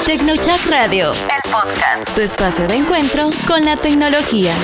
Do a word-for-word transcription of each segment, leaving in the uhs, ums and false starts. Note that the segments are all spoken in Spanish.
Tecnochuck Radio, el podcast, tu espacio de encuentro con la tecnología.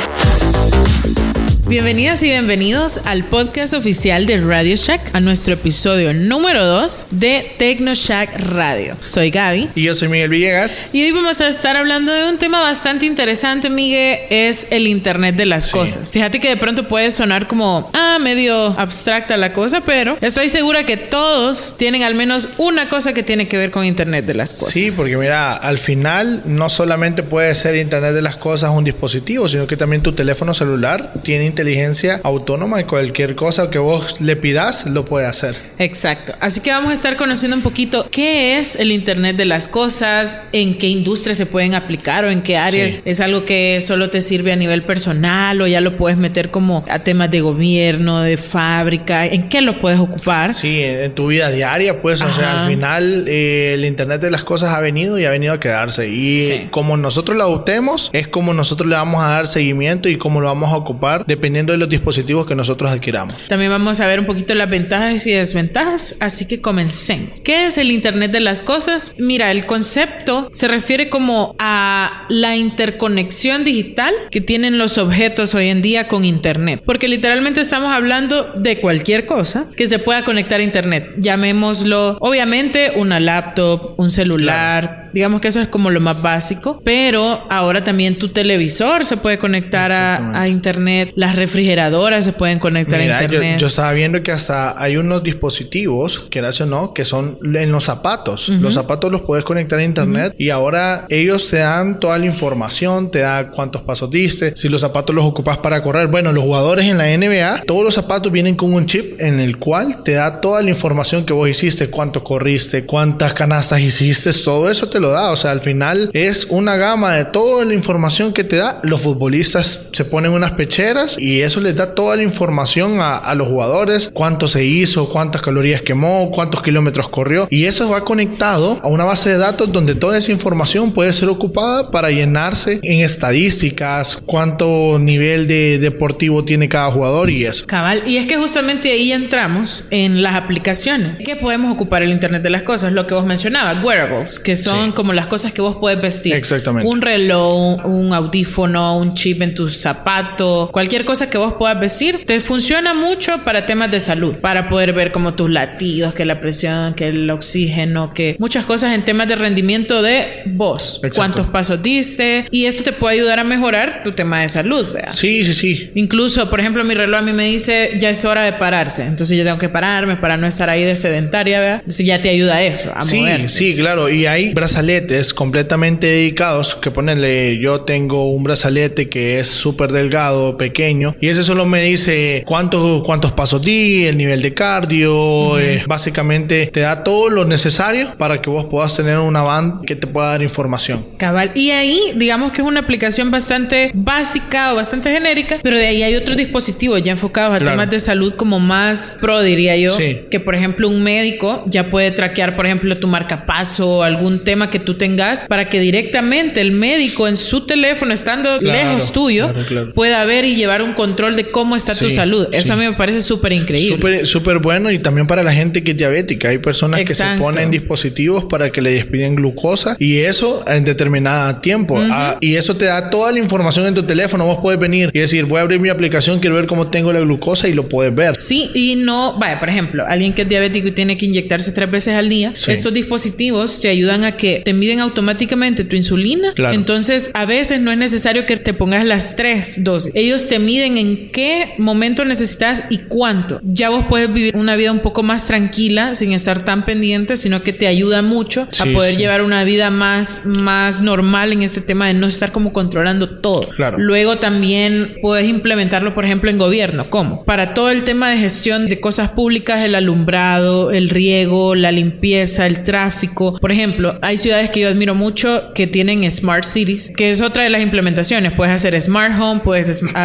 Bienvenidas y bienvenidos al podcast oficial de Radio Shack, a nuestro episodio número dos de Tecnochuck Radio. Soy Gaby. Y yo soy Miguel Villegas. Y hoy vamos a estar hablando de un tema bastante interesante, Miguel, es el Internet de las sí. cosas. Fíjate que de pronto puede sonar como, ah, medio abstracta la cosa, pero estoy segura que todos tienen al menos una cosa que tiene que ver con Internet de las cosas. Sí, porque mira, al final no solamente puede ser Internet de las cosas un dispositivo, sino que también tu teléfono celular tiene inteligencia autónoma y cualquier cosa que vos le pidas lo puede hacer. Exacto. Así que vamos a estar conociendo un poquito qué es el Internet de las cosas, en qué industrias se pueden aplicar o en qué áreas. Sí. Es algo que solo te sirve a nivel personal o ya lo puedes meter como a temas de gobierno, de fábrica. ¿En qué lo puedes ocupar? Sí, en tu vida diaria, pues, Ajá. o sea, al final eh, el Internet de las cosas ha venido y ha venido a quedarse. Y sí. como nosotros lo adoptemos, es como nosotros le vamos a dar seguimiento y cómo lo vamos a ocupar dependiendo de los dispositivos que nosotros adquiramos. También vamos a ver un poquito las ventajas y desventajas, así que comencemos. ¿Qué es el Internet de las cosas? Mira, el concepto se refiere como a la interconexión digital que tienen los objetos hoy en día con Internet, porque literalmente estamos hablando de cualquier cosa que se pueda conectar a Internet. Llamémoslo, obviamente, una laptop, un celular, claro. Digamos que eso es como lo más básico, pero ahora también tu televisor se puede conectar a, a Internet, las refrigeradoras se pueden conectar Mira, a Internet. Yo, yo estaba viendo que hasta hay unos dispositivos, quieras o no, que son en los zapatos. Uh-huh. Los zapatos los puedes conectar a Internet uh-huh. y ahora ellos te dan toda la información, te da cuántos pasos diste, si los zapatos los ocupas para correr. Bueno, los jugadores en la N B A, todos los zapatos vienen con un chip en el cual te da toda la información que vos hiciste, cuánto corriste, cuántas canastas hiciste, todo eso te lo da. O sea, al final es una gama de toda la información que te da. Los futbolistas se ponen unas pecheras y eso les da toda la información a, a los jugadores, cuánto se hizo, cuántas calorías quemó, cuántos kilómetros corrió, y eso va conectado a una base de datos donde toda esa información puede ser ocupada para llenarse en estadísticas, cuánto nivel de deportivo tiene cada jugador y eso. Cabal, y es que justamente ahí entramos en las aplicaciones. ¿Qué podemos ocupar el Internet de las cosas? Lo que vos mencionabas, wearables, que son sí. como las cosas que vos puedes vestir. Exactamente. Un reloj, un audífono, un chip en tus zapatos, cualquier cosa que vos puedas vestir, te funciona mucho para temas de salud, para poder ver como tus latidos, que la presión, que el oxígeno, que muchas cosas en temas de rendimiento de vos. Exacto. Cuántos pasos diste, y esto te puede ayudar a mejorar tu tema de salud, ¿verdad? Sí, sí, sí. Incluso, por ejemplo, mi reloj a mí me dice ya es hora de pararse, entonces yo tengo que pararme para no estar ahí de sedentaria, ¿verdad? Entonces ya te ayuda eso, a sí, moverte. Sí, claro, y hay brazaletes completamente dedicados que ponerle, yo tengo un brazalete que es súper delgado, pequeño, y ese solo me dice cuántos, cuántos pasos di, el nivel de cardio, uh-huh. eh, básicamente te da todo lo necesario para que vos puedas tener una band que te pueda dar información. Cabal, y ahí digamos que es una aplicación bastante básica o bastante genérica, pero de ahí hay otros dispositivos ya enfocados a claro. temas de salud como más pro, diría yo, sí. que por ejemplo un médico ya puede traquear por ejemplo tu marcapaso o algún tema que tú tengas para que directamente el médico en su teléfono, estando claro, lejos tuyo, claro, claro. pueda ver y llevar un control de cómo está sí, tu salud. Eso sí. a mí me parece súper increíble. Súper, súper bueno, y también para la gente que es diabética. Hay personas Exacto. que se ponen dispositivos para que le despiden glucosa y eso en determinado tiempo. Uh-huh. Ah, y eso te da toda la información en tu teléfono. Vos puedes venir y decir, voy a abrir mi aplicación, quiero ver cómo tengo la glucosa, y lo puedes ver. Sí, y no, vaya, por ejemplo, alguien que es diabético y tiene que inyectarse tres veces al día, sí. estos dispositivos te ayudan a que te miden automáticamente tu insulina. Claro. Entonces, a veces no es necesario que te pongas las tres dosis. Ellos te miden en qué momento necesitas y cuánto. Ya vos puedes vivir una vida un poco más tranquila sin estar tan pendiente, sino que te ayuda mucho sí, a poder sí. llevar una vida más, más normal en este tema de no estar como controlando todo. Claro. Luego también puedes implementarlo, por ejemplo, en gobierno. ¿Cómo? Para todo el tema de gestión de cosas públicas, el alumbrado, el riego, la limpieza, el tráfico. Por ejemplo, hay ciudades que yo admiro mucho que tienen Smart Cities, que es otra de las implementaciones. Puedes hacer Smart Home, puedes hacer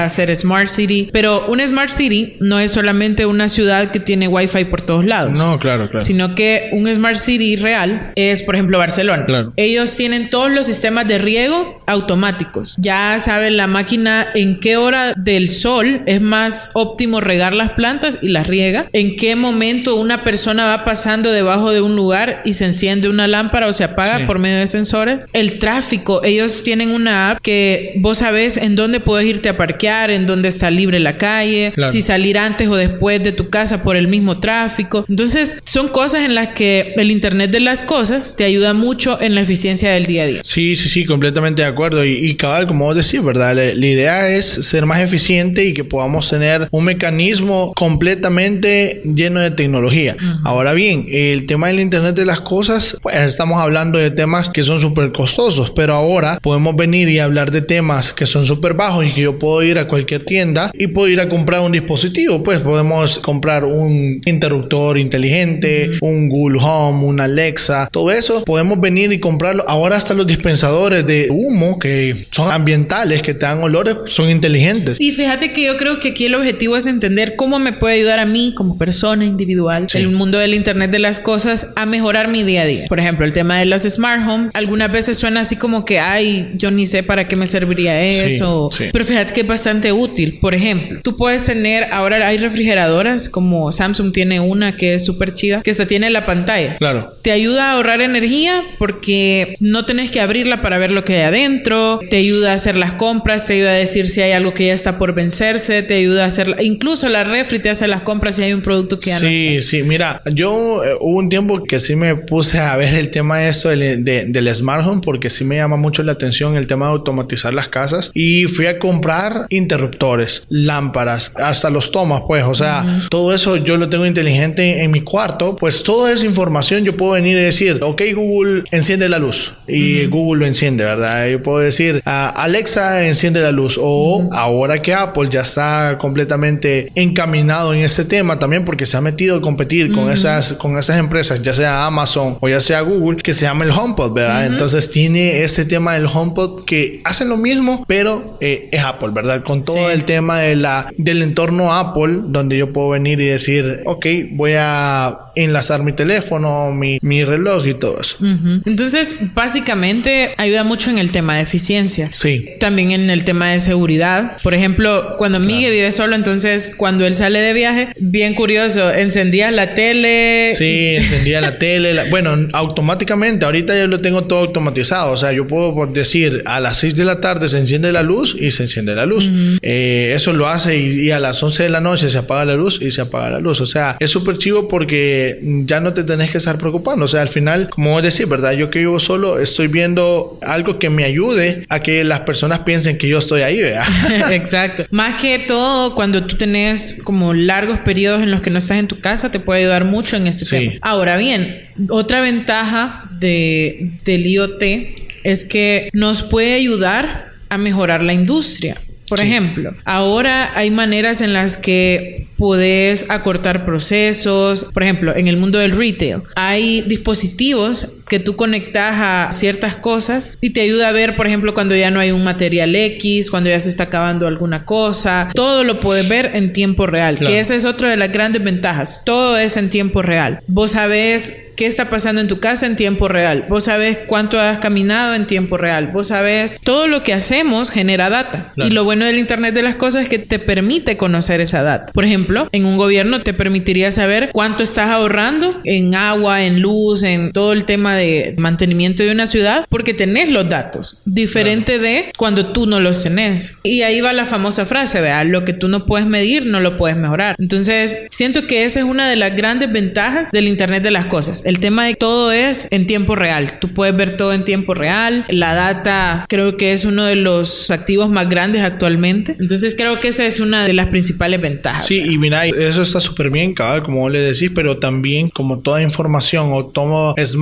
Smart City. Pero una Smart City no es solamente una ciudad que tiene Wi-Fi por todos lados. No, claro, claro. Sino que un Smart City real es, por ejemplo, Barcelona. Claro. Ellos tienen todos los sistemas de riego automáticos. Ya sabe la máquina en qué hora del sol es más óptimo regar las plantas y las riega. En qué momento una persona va pasando debajo de un lugar y se enciende una lámpara o se apaga sí. por medio de sensores. El tráfico. Ellos tienen una app que vos sabés en dónde puedes irte a parquear, en dónde está libre la calle, claro. si salir antes o después de tu casa por el mismo tráfico. Entonces, son cosas en las que el Internet de las cosas te ayuda mucho en la eficiencia del día a día. Sí, sí, sí, completamente de acuerdo. Y, y cabal, como vos decís, ¿verdad? La, la idea es ser más eficiente y que podamos tener un mecanismo completamente lleno de tecnología. Uh-huh. Ahora bien, el tema del Internet de las cosas, pues estamos hablando de temas que son súper costosos, pero ahora podemos venir y hablar de temas que son súper bajos y que yo puedo ir a cualquier tienda y puedo ir a comprar un dispositivo. Pues podemos comprar un interruptor inteligente, uh-huh. un Google Home, una Alexa, todo eso podemos venir y comprarlo. Ahora hasta los dispensadores de humo que son ambientales, que te dan olores, son inteligentes. Y fíjate que yo creo que aquí el objetivo es entender cómo me puede ayudar a mí como persona individual, sí. el mundo del Internet de las cosas, a mejorar mi día a día. Por ejemplo, el tema de los Smart Home, algunas veces suena así como que, ay, yo ni sé para qué me serviría eso. Sí, sí. Pero fíjate que es bastante útil. Por ejemplo, tú puedes tener, ahora hay refrigeradoras, como Samsung tiene una que es súper chida, que se tiene la pantalla. Claro. Te ayuda a ahorrar energía porque no tenés que abrirla para ver lo que hay adentro, te ayuda a hacer las compras, te ayuda a decir si hay algo que ya está por vencerse, te ayuda a hacer, incluso la refri te hace las compras si hay un producto que ya sí, no está. Sí, sí, mira, yo eh, hubo un tiempo que sí me puse a ver el tema de esto del, de, del Smart Home porque sí me llama mucho la atención el tema de automatizar las casas y fui a comprar interruptores, lámparas, hasta los tomas, pues, o sea, uh-huh. todo eso yo lo tengo inteligente en mi cuarto, pues toda esa información yo puedo venir y decir, ok, Google, enciende la luz y uh-huh. Google lo enciende, ¿verdad? Yo puedo decir, uh, Alexa, enciende la luz o uh-huh. ahora que Apple ya está completamente encaminado en este tema también porque se ha metido a competir uh-huh. con esas con esas empresas, ya sea Amazon o ya sea Google, que se llama el HomePod, ¿verdad? Uh-huh. Entonces tiene este tema del HomePod que hacen lo mismo, pero eh, es Apple, ¿verdad? Con todo sí. el tema de la del entorno Apple, donde yo puedo venir y decir, ok, voy a enlazar mi teléfono, mi, mi reloj y todo eso. Uh-huh. Entonces, básicamente ayuda mucho en el tema de eficiencia. Sí. También en el tema de seguridad. Por ejemplo, cuando claro. Miguel vive solo, entonces cuando él sale de viaje, bien curioso, encendía la tele. Sí, encendía la tele. La, bueno, automáticamente, ahorita yo lo tengo todo automatizado. O sea, yo puedo decir a las seis de la tarde se enciende la luz y se enciende la luz. Uh-huh. Eh, eso lo hace y, y a las once de la noche se apaga la luz y se apaga la luz. O sea, es súper chivo porque ya no te tenés que estar preocupando. O sea, al final, como vos decís, ¿verdad? Yo que vivo solo, estoy viendo algo que me ayude a que las personas piensen que yo estoy ahí, ¿verdad? Exacto. Más que todo, cuando tú tenés como largos periodos en los que no estás en tu casa, te puede ayudar mucho en ese sí. tema. Ahora bien, otra ventaja de, del I O T es que nos puede ayudar a mejorar la industria. Por sí. ejemplo, ahora hay maneras en las que puedes acortar procesos. Por ejemplo, en el mundo del retail hay dispositivos que tú conectas a ciertas cosas y te ayuda a ver, por ejemplo, cuando ya no hay un material X, cuando ya se está acabando alguna cosa. Todo lo puedes ver en tiempo real, claro. que esa es otra de las grandes ventajas. Todo es en tiempo real. Vos sabés qué está pasando en tu casa en tiempo real. Vos sabés cuánto has caminado en tiempo real. Vos sabés todo lo que hacemos genera data. Claro. Y lo bueno del Internet de las cosas es que te permite conocer esa data. Por ejemplo, en un gobierno te permitiría saber cuánto estás ahorrando en agua, en luz, en todo el tema de mantenimiento de una ciudad, porque tenés los datos. Diferente claro. de cuando tú no los tenés. Y ahí va la famosa frase, vea, lo que tú no puedes medir, no lo puedes mejorar. Entonces, siento que esa es una de las grandes ventajas del Internet de las cosas. El tema de todo es en tiempo real. Tú puedes ver todo en tiempo real. La data creo que es uno de los activos más grandes actualmente. Entonces creo que esa es una de las principales ventajas. Sí, y mira, eso está súper bien, cabal, como vos le decís, pero también como toda información o todo Smart Home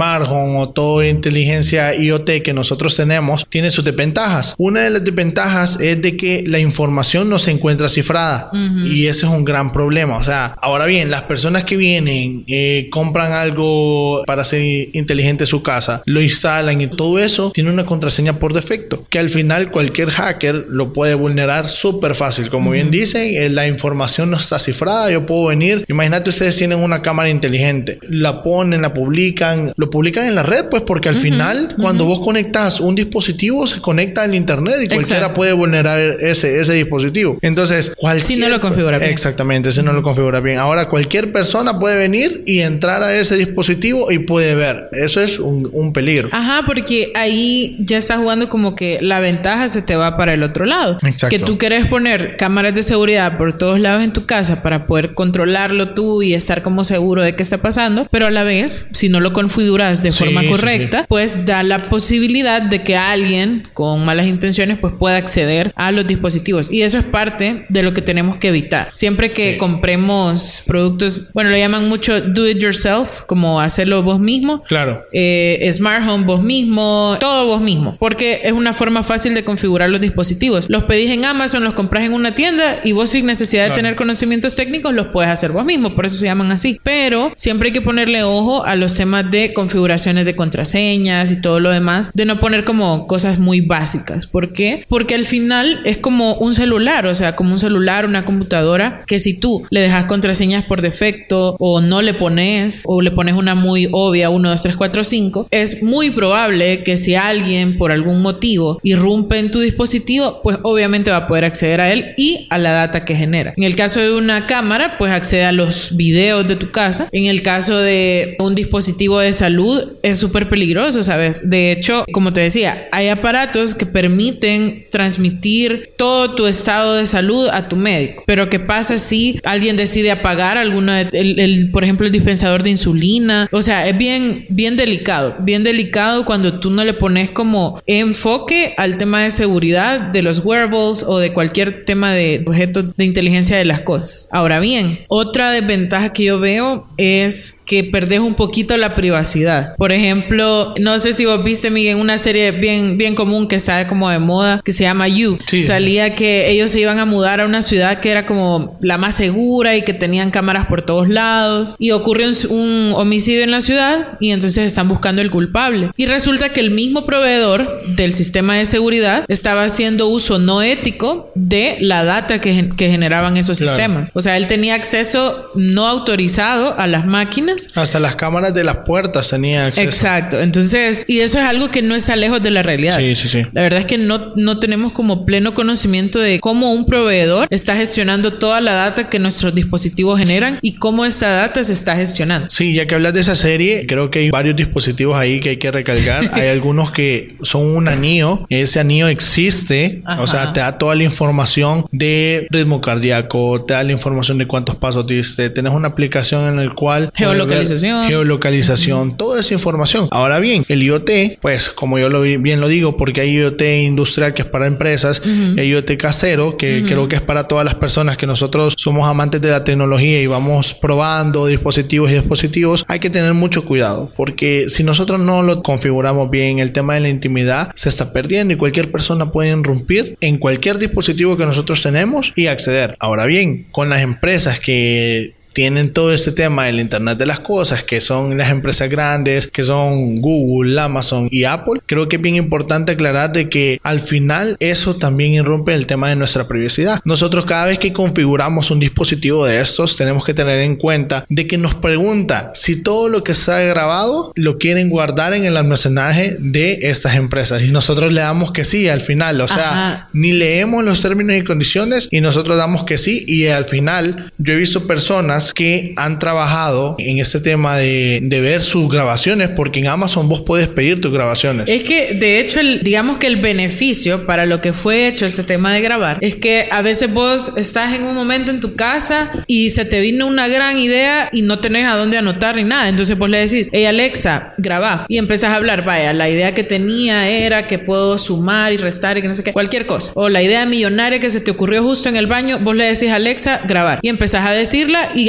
smartphone o toda inteligencia I O T que nosotros tenemos tiene sus desventajas. Una de las desventajas es de que la información no se encuentra cifrada uh-huh. y ese es un gran problema. O sea, ahora bien, las personas que vienen, eh, compran algo para hacer inteligente su casa, lo instalan y todo eso tiene una contraseña por defecto que al final cualquier hacker lo puede vulnerar súper fácil. Como uh-huh. bien dicen, eh, la información no está cifrada. Yo puedo venir, imagínate, ustedes tienen una cámara inteligente, la ponen, la publican, lo publican en la red, pues porque al uh-huh. final uh-huh. cuando vos conectas un dispositivo se conecta al internet y cualquiera Exacto. puede vulnerar ese, ese dispositivo. Entonces, cualquier... si no lo configura bien. Exactamente, si no lo configura bien. Ahora, cualquier persona puede venir y entrar a ese dispositivo y puede ver. Eso es un, un peligro. Ajá, porque ahí ya estás jugando como que la ventaja se te va para el otro lado. Exacto. Que tú quieres poner cámaras de seguridad por todos lados en tu casa para poder controlarlo tú y estar como seguro de qué está pasando, pero a la vez, si no lo configuras de sí, forma correcta, sí, sí. pues da la posibilidad de que alguien con malas intenciones pues pueda acceder a los dispositivos. Y eso es parte de lo que tenemos que evitar. Siempre que sí. compremos productos, bueno, lo llaman mucho do it yourself, como hacerlo vos mismo. Claro. Eh, Smart Home vos mismo, todo vos mismo, porque es una forma fácil de configurar los dispositivos. Los pedís en Amazon, los compras en una tienda y vos sin necesidad claro. de tener conocimientos técnicos los puedes hacer vos mismo, por eso se llaman así. Pero siempre hay que ponerle ojo a los temas de configuraciones de contraseñas y todo lo demás, de no poner como cosas muy básicas. ¿Por qué? Porque al final es como un celular, o sea, como un celular, una computadora, que si tú le dejas contraseñas por defecto o no le pones, o le pones una muy obvia, uno, dos, tres, cuatro, cinco, es muy probable que si alguien por algún motivo irrumpe en tu dispositivo, pues obviamente va a poder acceder a él y a la data que genera. En el caso de una cámara, pues accede a los videos de tu casa. En el caso de un dispositivo de salud, es súper peligroso, ¿sabes? De hecho, como te decía, hay aparatos que permiten transmitir todo tu estado de salud a tu médico. Pero ¿qué pasa si alguien decide apagar alguno de, el, el, por ejemplo, el dispensador de insulina? O sea, es bien, bien delicado. Bien delicado cuando tú no le pones como enfoque al tema de seguridad de los wearables o de cualquier tema de objetos de inteligencia de las cosas. Ahora bien, otra desventaja que yo veo es que perdés un poquito la privacidad. Por ejemplo, no sé si vos viste, Miguel, una serie bien, bien común que sale como de moda, que se llama You. Sí. Salía que ellos se iban a mudar a una ciudad que era como la más segura y que tenían cámaras por todos lados, y ocurre un, un homicidio en la ciudad y entonces están buscando el culpable. Y resulta que el mismo proveedor del sistema de seguridad estaba haciendo uso no ético de la data que, que generaban esos claro. sistemas. O sea, él tenía acceso no autorizado a las máquinas. Hasta las cámaras de las puertas tenía acceso. Exacto. Entonces, y eso es algo que no está lejos de la realidad. Sí, sí, sí. La verdad es que no, no tenemos como pleno conocimiento de cómo un proveedor está gestionando toda la data que nuestros dispositivos generan y cómo esta data se está gestionando. Sí, ya que hablas de esa serie, creo que hay varios dispositivos ahí que hay que recalcar. Hay algunos que son un anillo. Ese anillo existe. Ajá. O sea, te da toda la información de ritmo cardíaco, te da la información de cuántos pasos diste. Tienes una aplicación en la cual... Geolocalización. Geolocalización. Uh-huh. Toda esa información. Ahora bien, el I O T, pues como yo lo bien lo digo, porque hay I O T industrial que es para empresas, uh-huh. hay I O T casero que uh-huh. creo que es para todas las personas que nosotros somos amantes de la tecnología y vamos probando dispositivos y dispositivos. Hay que tener mucho cuidado, porque si nosotros no lo configuramos bien, el tema de la intimidad se está perdiendo y cualquier persona puede irrumpir en cualquier dispositivo que nosotros tenemos y acceder. Ahora bien, con las empresas que tienen todo este tema del Internet de las cosas, que son las empresas grandes, que son Google, Amazon y Apple, creo que es bien importante aclarar de que al final eso también irrumpe el tema de nuestra privacidad. Nosotros cada vez que configuramos un dispositivo de estos, tenemos que tener en cuenta de que nos pregunta si todo lo que está grabado lo quieren guardar en el almacenaje de estas empresas, y nosotros le damos que sí al final. O sea, Ajá. ni leemos los términos y condiciones y nosotros damos que sí, y al final yo he visto personas que han trabajado en este tema de, de ver sus grabaciones, porque en Amazon vos puedes pedir tus grabaciones. Es que de hecho el, digamos que el beneficio para lo que fue hecho este tema de grabar es que a veces vos estás en un momento en tu casa y se te vino una gran idea y no tenés a dónde anotar ni nada, entonces vos le decís, hey Alexa, graba, y empezás a hablar, vaya, la idea que tenía era que puedo sumar y restar y que no sé qué, cualquier cosa, o la idea millonaria que se te ocurrió justo en el baño, vos le decís Alexa, grabar, y empezás a decirla y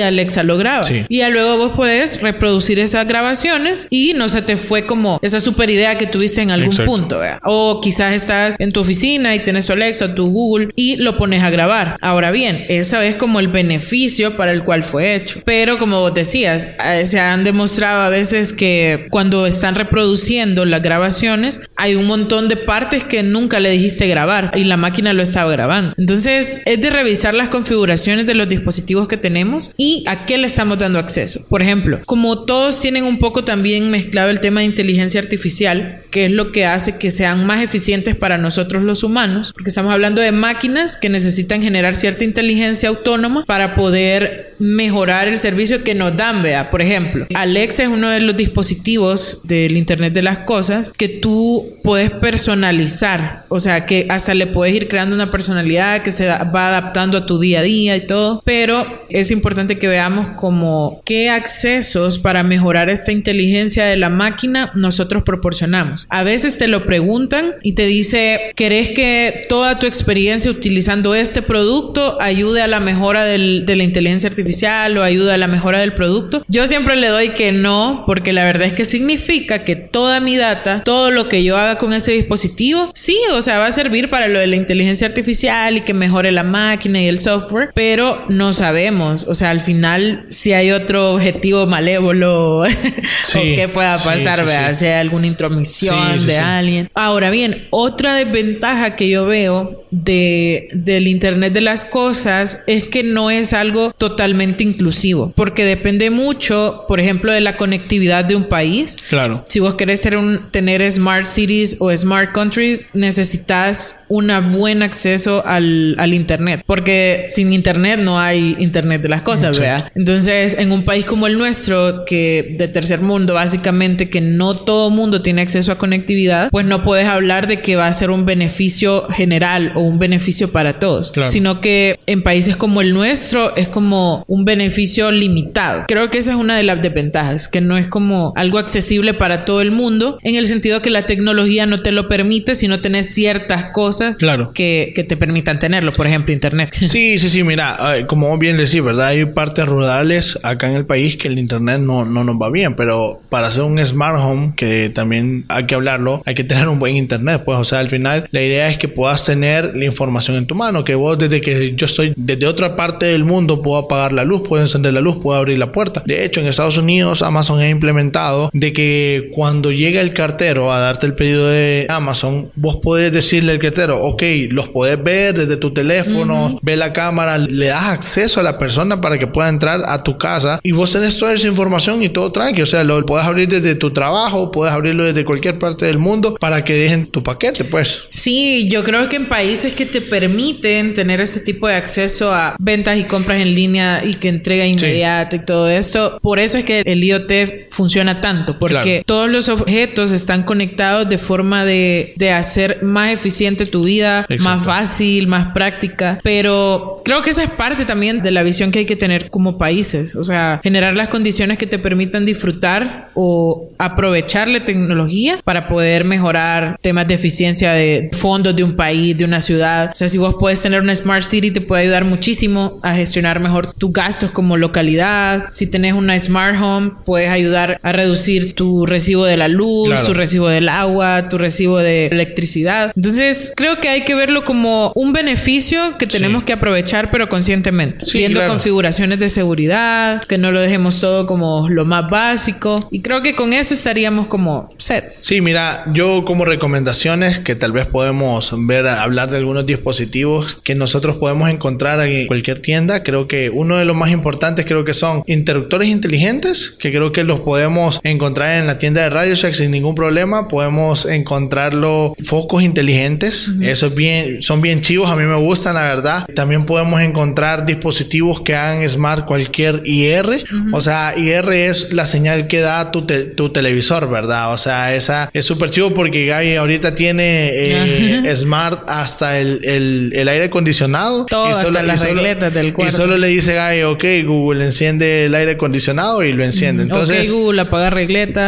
Alexa lo graba. Sí. Y ya luego vos podés reproducir esas grabaciones y no se te fue como esa super idea que tuviste en algún Exacto. punto, ¿verdad? O quizás estás en tu oficina y tenés tu Alexa o tu Google y lo pones a grabar. Ahora bien, eso es como el beneficio para el cual fue hecho. Pero como vos decías, se han demostrado a veces que cuando están reproduciendo las grabaciones hay un montón de partes que nunca le dijiste grabar y la máquina lo estaba grabando. Entonces es de revisar las configuraciones de los dispositivos que tenemos y a qué le estamos dando acceso. Por ejemplo, como todos tienen un poco también mezclado el tema de inteligencia artificial, que es lo que hace que sean más eficientes para nosotros los humanos, porque estamos hablando de máquinas que necesitan generar cierta inteligencia autónoma para poder mejorar el servicio que nos dan, vea. Por ejemplo, Alexa es uno de los dispositivos del Internet de las Cosas que tú puedes personalizar, o sea, que hasta le puedes ir creando una personalidad que se da, va adaptando a tu día a día y todo, pero es importante que veamos como qué accesos para mejorar esta inteligencia de la máquina nosotros proporcionamos. A veces te lo preguntan y te dice, ¿querés que toda tu experiencia utilizando este producto ayude a la mejora del, de la inteligencia artificial o ayude a la mejora del producto? Yo siempre le doy que no, porque la verdad es que significa que toda mi data, todo lo que yo haga con ese dispositivo, sí, o sea, va a servir para lo de la inteligencia artificial y que mejore la máquina y el software, pero no sabemos, o sea, al final si hay otro objetivo malévolo sí, o qué pueda pasar, sí, sí, ¿verdad? Sí. Si hay alguna intromisión sí, sí, de sí. alguien. Ahora bien, otra desventaja que yo veo de, del Internet de las Cosas es que no es algo totalmente inclusivo, porque depende mucho, por ejemplo, de la conectividad de un país. Claro. Si vos querés ser un, tener smart cities o smart countries, necesitas un buen acceso al, al Internet, porque sin Internet no hay Internet de las Cosas, ¿verdad? Entonces, en un país como el nuestro, que de tercer mundo, básicamente, que no todo mundo tiene acceso a conectividad, pues no puedes hablar de que va a ser un beneficio general o un beneficio para todos, claro. sino que en países como el nuestro es como un beneficio limitado. Creo que esa es una de las desventajas, que no es como algo accesible para todo el mundo, en el sentido que la tecnología no te lo permite si no tenés ciertas cosas claro. que, que te permitan tenerlo, por ejemplo, Internet. Sí, sí, sí, mira, como bien decís, ¿verdad? Hay partes rurales acá en el país que el Internet no, no nos va bien, pero para hacer un smart home, que también hay que hablarlo, hay que tener un buen Internet, pues, o sea, al final la idea es que puedas tener la información en tu mano, que vos desde que yo estoy desde otra parte del mundo puedo apagar la luz, puedo encender la luz, puedo abrir la puerta. De hecho, en Estados Unidos Amazon ha implementado de que cuando llega el cartero a darte el pedido de Amazon, vos podés decirle al cartero, ok, los podés ver desde tu teléfono, uh-huh. ve la cámara, le das acceso a la persona para que pueda entrar a tu casa y vos tenés toda esa información y todo tranqui, o sea, lo puedes abrir desde tu trabajo, puedes abrirlo desde cualquier parte del mundo para que dejen tu paquete, pues. Sí, yo creo que en países que te permiten tener ese tipo de acceso a ventas y compras en línea y que entrega inmediata sí. y todo esto, por eso es que el I O T funciona tanto, porque claro. todos los objetos están conectados de forma de, de hacer más eficiente tu vida, Exacto. más fácil, más práctica, pero creo que esa es parte también de la visión que hay que tener como países, o sea, generar las condiciones que te permitan disfrutar o aprovechar la tecnología para poder mejorar temas de eficiencia de fondos de un país, de una ciudad. O sea, si vos puedes tener una Smart City, te puede ayudar muchísimo a gestionar mejor tus gastos como localidad. Si tenés una Smart Home, puedes ayudar a reducir tu recibo de la luz, claro. tu recibo del agua, tu recibo de electricidad. Entonces, creo que hay que verlo como un beneficio que tenemos sí. que aprovechar, pero conscientemente. Sí, viendo claro. configuraciones de seguridad, que no lo dejemos todo como lo más básico. Y creo que con eso estaríamos como set. Sí, mira, yo como recomendaciones que tal vez podemos ver, hablar de algunos dispositivos que nosotros podemos encontrar en cualquier tienda. Creo que uno de los más importantes creo que son interruptores inteligentes, que creo que los podemos encontrar en la tienda de Radio Shack sin ningún problema. Podemos encontrarlo focos inteligentes. Uh-huh. Eso es bien, son bien chivos, a mí me gustan, la verdad. También podemos encontrar dispositivos que hagan smart cualquier I R. Uh-huh. O sea, I R es la señal que da tu, te, tu televisor, ¿verdad? O sea, esa es súper chivo porque Gaby ahorita tiene eh, uh-huh. smart hasta el, el, el aire acondicionado. Todo, y solo, hasta las solo, regletas del cuarto. Y solo le dice Gaby, ok, Google, enciende el aire acondicionado y lo enciende. Uh-huh. Entonces, ok, Google, apaga regleta.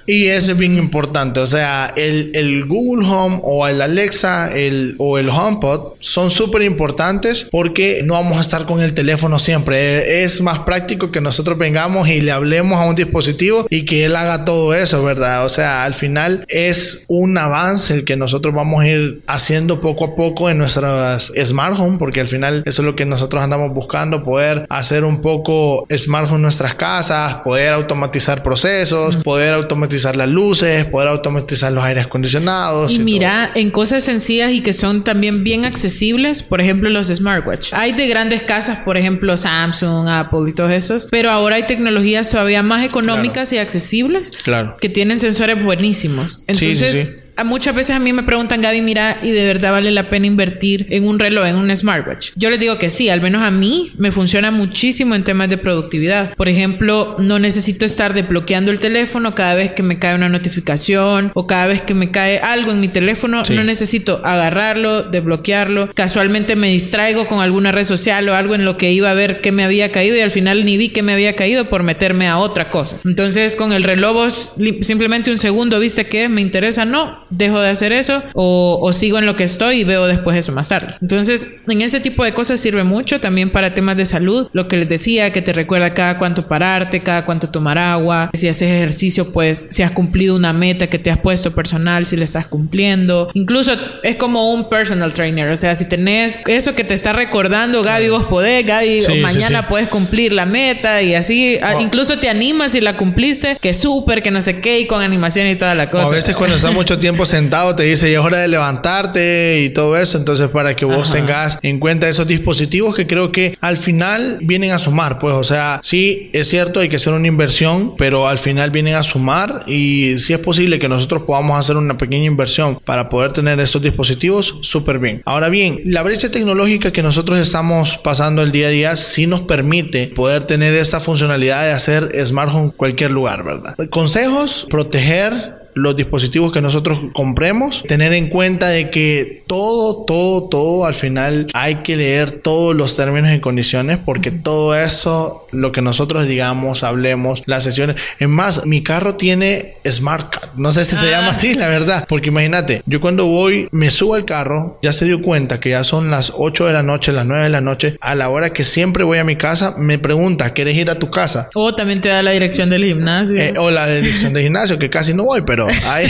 Y eso es bien importante. O sea, el, el Google Home o el Alexa el, o el HomePod son súper importantes porque no vamos a estar con el teléfono siempre. Es más práctico que nosotros vengamos y le hablemos a un dispositivo y que él haga todo eso, ¿verdad? O sea, al final es un avance el que nosotros vamos a ir haciendo poco a poco en nuestras Smart Home, porque al final eso es lo que nosotros andamos buscando, poder hacer un poco Smart Home en nuestras casas, poder automatizar procesos, mm. poder automatizar las luces, poder automatizar los aires acondicionados. Y, y mira, todo. En cosas sencillas y que son también bien accesibles, por ejemplo, los smartwatch. Hay de grandes casas, por ejemplo, Samsung, Apple y todos esos, pero ahora hay tecnologías todavía más económicas claro. y accesibles claro. que tienen sensores buenísimos. Entonces, sí, sí, sí. A muchas veces a mí me preguntan, Gaby, mira, ¿y de verdad vale la pena invertir en un reloj, en un smartwatch? Yo les digo que sí, al menos a mí me funciona muchísimo en temas de productividad. Por ejemplo, no necesito estar desbloqueando el teléfono cada vez que me cae una notificación o cada vez que me cae algo en mi teléfono. Sí. No necesito agarrarlo, desbloquearlo. Casualmente me distraigo con alguna red social o algo en lo que iba a ver qué me había caído y al final ni vi qué me había caído por meterme a otra cosa. Entonces, con el reloj vos simplemente un segundo, ¿viste qué? ¿Me interesa? No. Dejo de hacer eso o, o sigo en lo que estoy y veo después eso más tarde. Entonces, en ese tipo de cosas sirve mucho también para temas de salud. Lo que les decía, que te recuerda cada cuánto pararte, cada cuánto tomar agua. Si haces ejercicio, pues si has cumplido una meta que te has puesto personal, si le estás cumpliendo. Incluso es como un personal trainer. O sea, si tenés eso que te está recordando, Gaby, vos podés, Gaby, sí, o mañana sí, sí. puedes cumplir la meta y así. Oh. Incluso te animas si la cumpliste, que súper, que no sé qué, y con animación y toda la cosa. O a veces cuando estás mucho tiempo sentado te dice ya es hora de levantarte y todo eso, entonces para que vos Ajá. tengas en cuenta esos dispositivos que creo que al final vienen a sumar, pues o sea, sí es cierto, hay que hacer una inversión, pero al final vienen a sumar y si es posible que nosotros podamos hacer una pequeña inversión para poder tener esos dispositivos, súper bien. Ahora bien, la brecha tecnológica que nosotros estamos pasando el día a día sí nos permite poder tener esta funcionalidad de hacer Smart Home en cualquier lugar, ¿verdad? Consejos: proteger los dispositivos que nosotros compremos, tener en cuenta de que todo, todo, todo al final hay que leer todos los términos y condiciones, porque todo eso, lo que nosotros digamos, hablemos, las sesiones, es más, mi carro tiene Smart Card, no sé si se ah. llama así, la verdad, porque imagínate, yo cuando voy, me subo al carro, ya se dio cuenta que ya son las ocho de la noche, las nueve de la noche, a la hora que siempre voy a mi casa, me pregunta, ¿quieres ir a tu casa? O también te da la dirección del gimnasio. Eh, o la dirección del gimnasio, que casi no voy, pero ahí,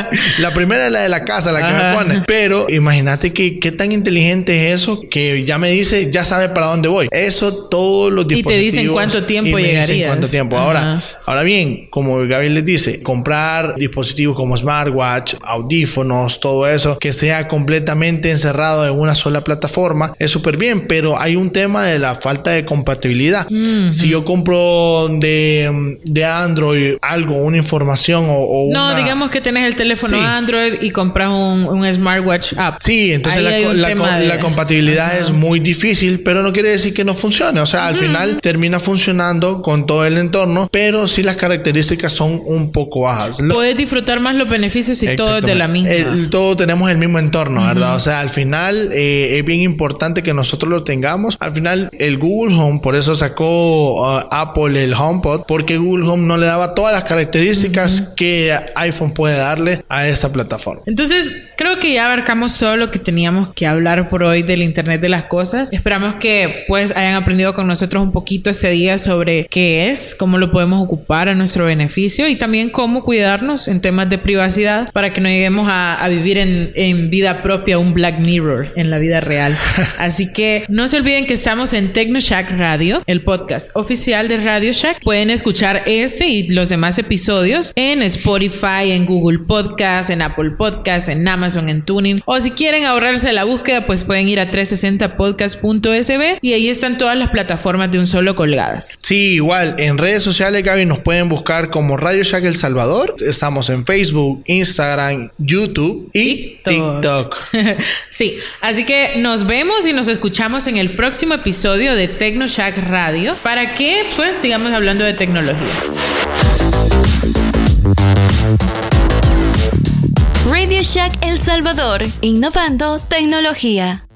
la primera es la de la casa, la que Ajá. me pone. Pero imagínate que qué tan inteligente es eso, que ya me dice, ya sabe para dónde voy. Eso todos los dispositivos. Y te dicen cuánto tiempo y me llegarías. Dicen cuánto tiempo. Ahora, ahora bien, como Gaby les dice, comprar dispositivos como smartwatch, audífonos, todo eso, que sea completamente encerrado en una sola plataforma, es súper bien, pero hay un tema de la falta de compatibilidad. Mm-hmm. Si yo compro de, de Android algo, una información o, o no, una... digamos que tenés el teléfono sí. Android y compras un, un smartwatch app. Sí, entonces la, la, la, de... la compatibilidad uh-huh. es muy difícil, pero no quiere decir que no funcione. O sea, uh-huh. al final termina funcionando con todo el entorno, pero sí las características son un poco bajas. Lo... Puedes disfrutar más los beneficios y todo es de la misma. El, todo tenemos el mismo entorno, uh-huh. ¿verdad? O sea, al final eh, es bien importante que nosotros lo tengamos. Al final, el Google Home, por eso sacó uh, Apple el HomePod, porque Google Home no le daba todas las características uh-huh. que iPhone puede darle a esta plataforma. Entonces, creo que ya abarcamos todo lo que teníamos que hablar por hoy del Internet de las Cosas. Esperamos que pues hayan aprendido con nosotros un poquito este día sobre qué es, cómo lo podemos ocupar a nuestro beneficio y también cómo cuidarnos en temas de privacidad para que no lleguemos a, a vivir en, en vida propia un Black Mirror en la vida real. Así que no se olviden que estamos en TecnoShack Radio, el podcast oficial de Radio Shack. Pueden escuchar este y los demás episodios en Spotify, en Google Podcast, en Apple Podcast, en Amazon, en Tuning, o si quieren ahorrarse la búsqueda, pues pueden ir a trescientos sesenta podcast punto s b y ahí están todas las plataformas de un solo colgadas. Sí, igual en redes sociales, Gaby, nos pueden buscar como Radio Shack El Salvador. Estamos en Facebook, Instagram, YouTube y TikTok. TikTok. Sí, así que nos vemos y nos escuchamos en el próximo episodio de TecnoShack Radio para que pues sigamos hablando de tecnología. Radio Shack El Salvador, innovando tecnología.